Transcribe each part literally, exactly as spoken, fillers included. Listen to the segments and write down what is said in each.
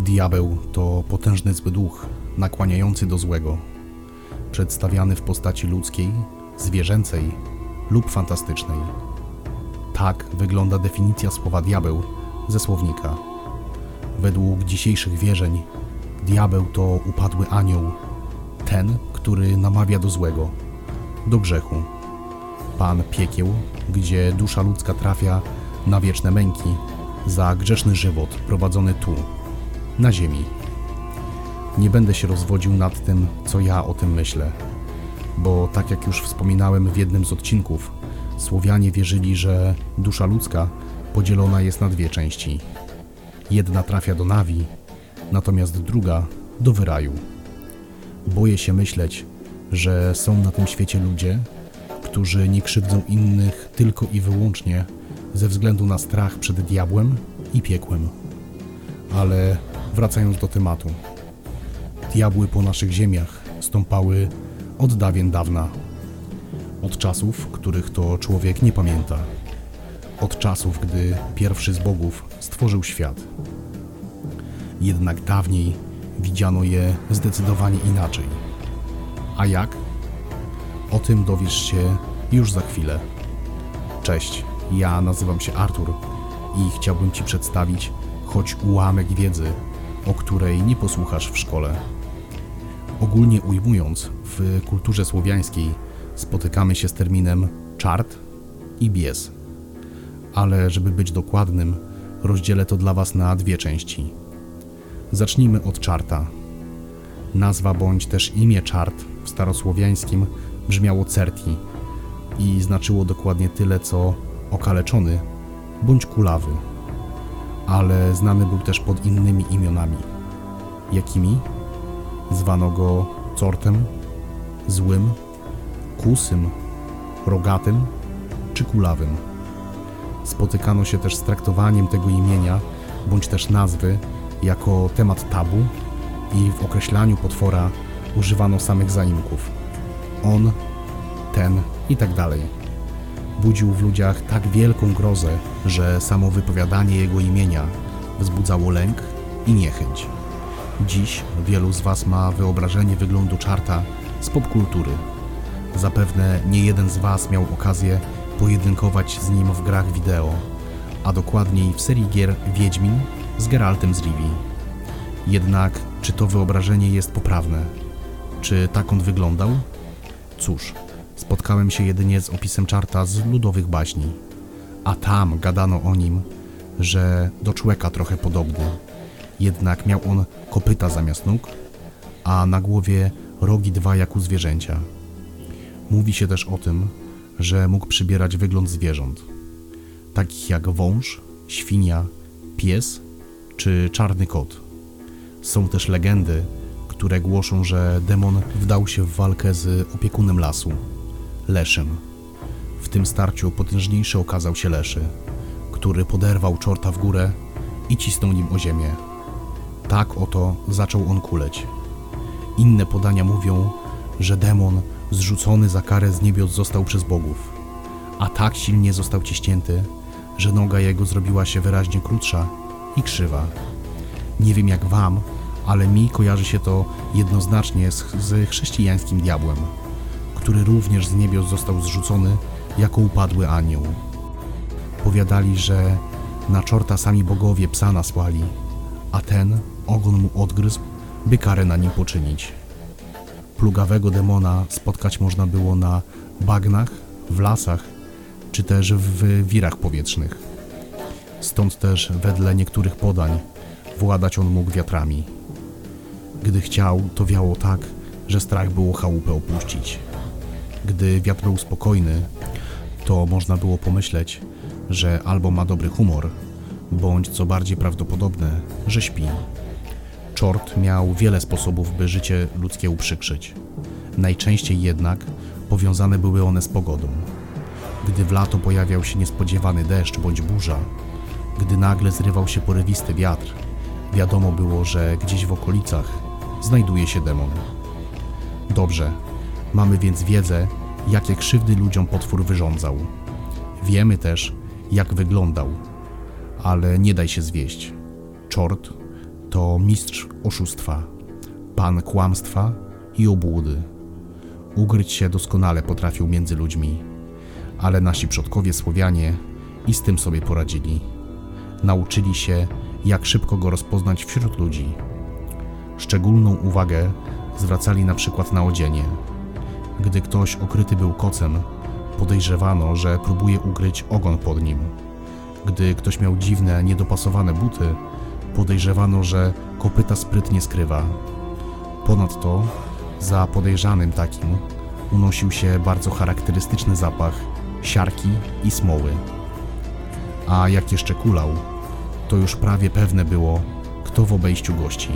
Diabeł to potężny zły duch, nakłaniający do złego, przedstawiany w postaci ludzkiej, zwierzęcej lub fantastycznej. Tak wygląda definicja słowa diabeł ze słownika. Według dzisiejszych wierzeń diabeł to upadły anioł, ten, który namawia do złego, do grzechu. Pan piekieł, gdzie dusza ludzka trafia na wieczne męki za grzeszny żywot prowadzony tu, na ziemi. Nie będę się rozwodził nad tym, co ja o tym myślę, bo tak jak już wspominałem w jednym z odcinków, Słowianie wierzyli, że dusza ludzka podzielona jest na dwie części. Jedna trafia do Nawi, natomiast druga do wyraju. Boję się myśleć, że są na tym świecie ludzie, którzy nie krzywdzą innych tylko i wyłącznie ze względu na strach przed diabłem i piekłem. Ale wracając do tematu. Diabły po naszych ziemiach stąpały od dawien dawna. Od czasów, których to człowiek nie pamięta. Od czasów, gdy pierwszy z bogów stworzył świat. Jednak dawniej widziano je zdecydowanie inaczej. A jak? O tym dowiesz się już za chwilę. Cześć, ja nazywam się Artur i chciałbym Ci przedstawić choć ułamek wiedzy, o której nie posłuchasz w szkole. Ogólnie ujmując, w kulturze słowiańskiej spotykamy się z terminem czart i bies. Ale żeby być dokładnym, rozdzielę to dla Was na dwie części. Zacznijmy od czarta. Nazwa bądź też imię czart w starosłowiańskim brzmiało certi i znaczyło dokładnie tyle co okaleczony bądź kulawy. Ale znany był też pod innymi imionami. Jakimi? Zwano go cortem, złym, kusym, rogatym czy kulawym. Spotykano się też z traktowaniem tego imienia bądź też nazwy jako temat tabu i w określaniu potwora używano samych zaimków. On, ten i tak dalej. Budził w ludziach tak wielką grozę, że samo wypowiadanie jego imienia wzbudzało lęk i niechęć. Dziś wielu z Was ma wyobrażenie wyglądu czarta z popkultury. Zapewne nie jeden z Was miał okazję pojedynkować z nim w grach wideo, a dokładniej w serii gier Wiedźmin z Geraltem z Rivii. Jednak czy to wyobrażenie jest poprawne? Czy tak on wyglądał? Cóż, spotkałem się jedynie z opisem czarta z ludowych baśni, a tam gadano o nim, że do człeka trochę podobny. Jednak miał on kopyta zamiast nóg, a na głowie rogi dwa jak u zwierzęcia. Mówi się też o tym, że mógł przybierać wygląd zwierząt, takich jak wąż, świnia, pies czy czarny kot. Są też legendy, które głoszą, że demon wdał się w walkę z opiekunem lasu, Leszym. W tym starciu potężniejszy okazał się Leszy, który poderwał czorta w górę i cisnął nim o ziemię. Tak oto zaczął on kuleć. Inne podania mówią, że demon zrzucony za karę z niebios został przez bogów, a tak silnie został ciśnięty, że noga jego zrobiła się wyraźnie krótsza i krzywa. Nie wiem jak Wam, ale mi kojarzy się to jednoznacznie z, z chrześcijańskim diabłem, który również z niebios został zrzucony jako upadły anioł. Powiadali, że na czorta sami bogowie psa nasłali, a ten ogon mu odgryzł, by karę na nim poczynić. Plugawego demona spotkać można było na bagnach, w lasach, czy też w wirach powietrznych. Stąd też wedle niektórych podań władać on mógł wiatrami. Gdy chciał, to wiało tak, że strach było chałupę opuścić. Gdy wiatr był spokojny, to można było pomyśleć, że albo ma dobry humor, bądź co bardziej prawdopodobne, że śpi. Czort miał wiele sposobów, by życie ludzkie uprzykrzyć. Najczęściej jednak powiązane były one z pogodą. Gdy w lato pojawiał się niespodziewany deszcz bądź burza, gdy nagle zrywał się porywisty wiatr, wiadomo było, że gdzieś w okolicach znajduje się demon. Dobrze, mamy więc wiedzę, jakie krzywdy ludziom potwór wyrządzał. Wiemy też, jak wyglądał, ale nie daj się zwieść. Czort To mistrz oszustwa, pan kłamstwa i obłudy. Ugryć się doskonale potrafił między ludźmi, ale nasi przodkowie Słowianie i z tym sobie poradzili. Nauczyli się, jak szybko go rozpoznać wśród ludzi. Szczególną uwagę zwracali na przykład na odzienie. Gdy ktoś okryty był kocem, podejrzewano, że próbuje ukryć ogon pod nim. Gdy ktoś miał dziwne, niedopasowane buty, podejrzewano, że kopyta sprytnie skrywa. Ponadto za podejrzanym takim unosił się bardzo charakterystyczny zapach siarki i smoły. A jak jeszcze kulał, to już prawie pewne było, kto w obejściu gości.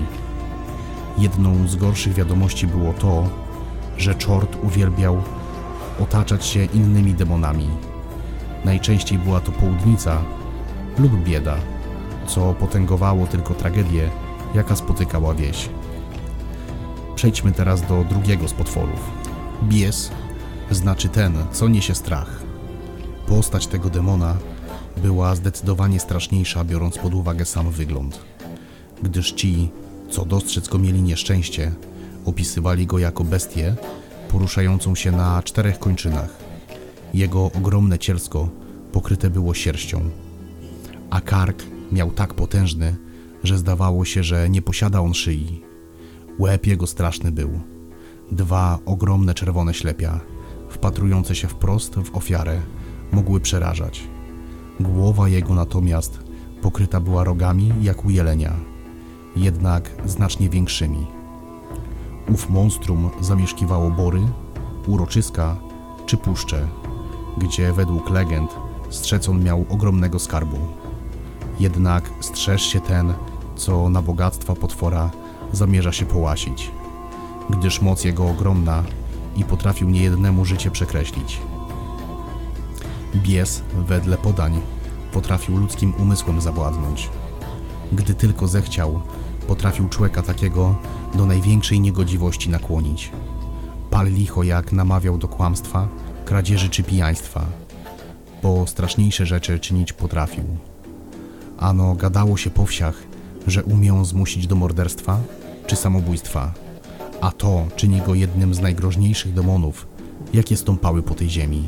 Jedną z gorszych wiadomości było to, że czort uwielbiał otaczać się innymi demonami. Najczęściej była to południca lub bieda, co potęgowało tylko tragedię, jaka spotykała wieś. Przejdźmy teraz do drugiego z potworów. Bies znaczy ten, co niesie strach. Postać tego demona była zdecydowanie straszniejsza, biorąc pod uwagę sam wygląd, gdyż ci, co dostrzec go mieli nieszczęście, opisywali go jako bestię poruszającą się na czterech kończynach. Jego ogromne cielsko pokryte było sierścią, a kark miał tak potężny, że zdawało się, że nie posiada on szyi. Łeb jego straszny był. Dwa ogromne czerwone ślepia, wpatrujące się wprost w ofiarę, mogły przerażać. Głowa jego natomiast pokryta była rogami jak u jelenia, jednak znacznie większymi. Ów monstrum zamieszkiwało bory, uroczyska czy puszcze, gdzie według legend strzec on miał ogromnego skarbu. Jednak strzeż się ten, co na bogactwa potwora zamierza się połasić, gdyż moc jego ogromna i potrafił niejednemu życie przekreślić. Bies, wedle podań, potrafił ludzkim umysłem zawładnąć. Gdy tylko zechciał, potrafił człowieka takiego do największej niegodziwości nakłonić. Pal licho jak namawiał do kłamstwa, kradzieży czy pijaństwa, bo straszniejsze rzeczy czynić potrafił. Ano gadało się po wsiach, że umie on zmusić do morderstwa czy samobójstwa, a to czyni go jednym z najgroźniejszych demonów, jakie stąpały po tej ziemi.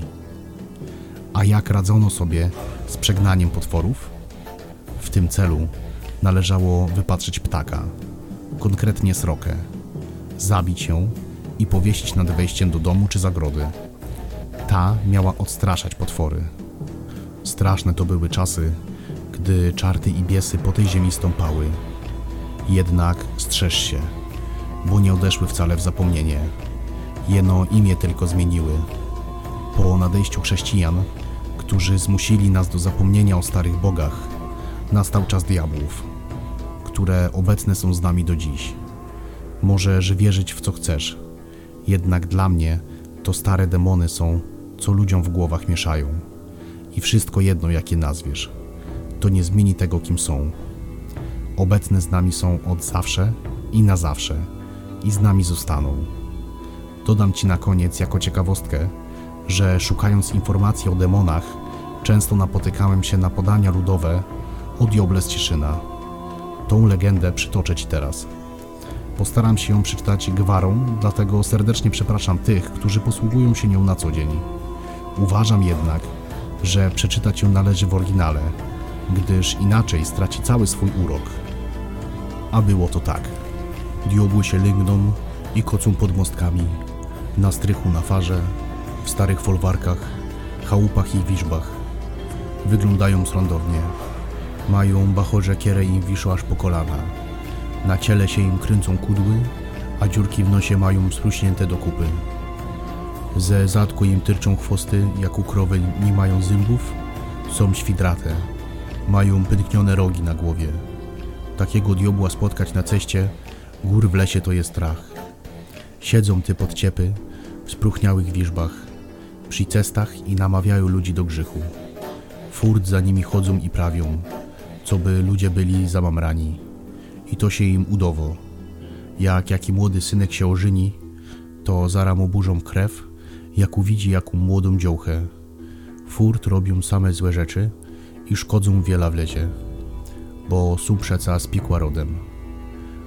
A jak radzono sobie z przegnaniem potworów? W tym celu należało wypatrzyć ptaka, konkretnie srokę, zabić ją i powiesić nad wejściem do domu czy zagrody. Ta miała odstraszać potwory. Straszne to były czasy, gdy czarty i biesy po tej ziemi stąpały. Jednak strzeż się, bo nie odeszły wcale w zapomnienie. Jeno imię tylko zmieniły. Po nadejściu chrześcijan, którzy zmusili nas do zapomnienia o starych bogach, nastał czas diabłów, które obecne są z nami do dziś. Możesz wierzyć w co chcesz, jednak dla mnie to stare demony są, co ludziom w głowach mieszają. I wszystko jedno, jak je nazwiesz, to nie zmieni tego, kim są. Obecne z nami są od zawsze i na zawsze i z nami zostaną. Dodam Ci na koniec jako ciekawostkę, że szukając informacji o demonach, często napotykałem się na podania ludowe o Dioble z Cieszyna. Tą legendę przytoczę Ci teraz. Postaram się ją przeczytać gwarą, dlatego serdecznie przepraszam tych, którzy posługują się nią na co dzień. Uważam jednak, że przeczytać ją należy w oryginale, gdyż inaczej straci cały swój urok. A było to tak. Diobły się lęgną i kocą pod mostkami, na strychu na farze, w starych folwarkach, chałupach i wiżbach. Wyglądają srądownie. Mają bachorze kierę im wiszą aż po kolana. Na ciele się im kręcą kudły, a dziurki w nosie mają struśnięte do kupy. Ze zadku im tyrczą chwosty, jak u krowy nie mają zębów, są świdrate. Mają pęknione rogi na głowie. Takiego diobła spotkać na ceście gór w lesie to jest strach. Siedzą ty pod ciepy w spróchniałych wiżbach, przy cestach i namawiają ludzi do grzechu. Furt za nimi chodzą i prawią, co by ludzie byli zamamrani. I to się im udowo. Jak jaki młody synek się ożyni, to zara mu burzą krew, jak uwidzi jaką młodą dziołchę. Furt robią same złe rzeczy i szkodzą wiela w lecie, bo są przeca z pikła rodem.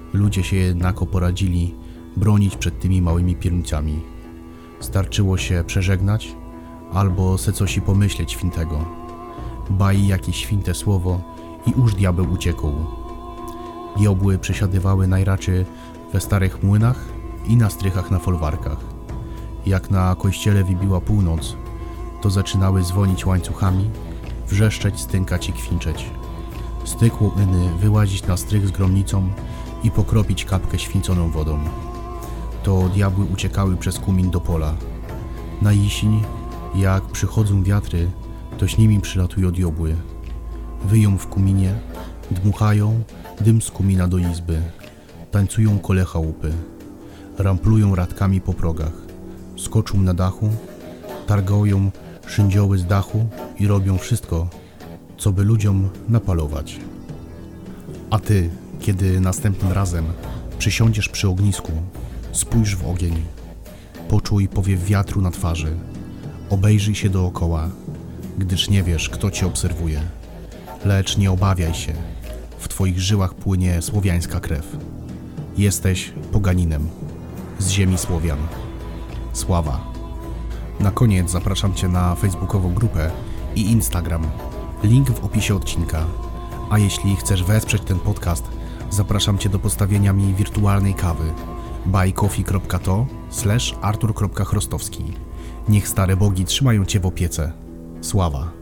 Ludzie się jednako poradzili bronić przed tymi małymi pieruńcami. Starczyło się przeżegnać albo se coś i pomyśleć świętego. Bai jakieś święte słowo i już diabeł uciekł. Diabły przesiadywały najraczej we starych młynach i na strychach na folwarkach. Jak na kościele wybiła północ, to zaczynały dzwonić łańcuchami, wrzeszczeć, stękać i kwinczeć. Stykło iny wyłazić na strych z gromnicą i pokropić kapkę święconą wodą. To diabły uciekały przez kumin do pola. Na jesień, jak przychodzą wiatry, to z nimi przylatują diabły. Wyją w kuminie, dmuchają dym z kumina do izby, tańcują kole chałupy, ramplują radkami po progach, skoczą na dachu, targają szyndzoły z dachu i robią wszystko, co by ludziom napalować. A ty, kiedy następnym razem przysiądziesz przy ognisku, spójrz w ogień, poczuj powiew wiatru na twarzy, obejrzyj się dookoła, gdyż nie wiesz, kto cię obserwuje. Lecz nie obawiaj się, w twoich żyłach płynie słowiańska krew. Jesteś poganinem z ziemi Słowian. Sława. Na koniec zapraszam cię na facebookową grupę i Instagram. Link w opisie odcinka. A jeśli chcesz wesprzeć ten podcast, zapraszam cię do postawienia mi wirtualnej kawy buycoffee kropka to slash artur kropka chrostowski. Niech stare bogi trzymają cię w opiece. Sława.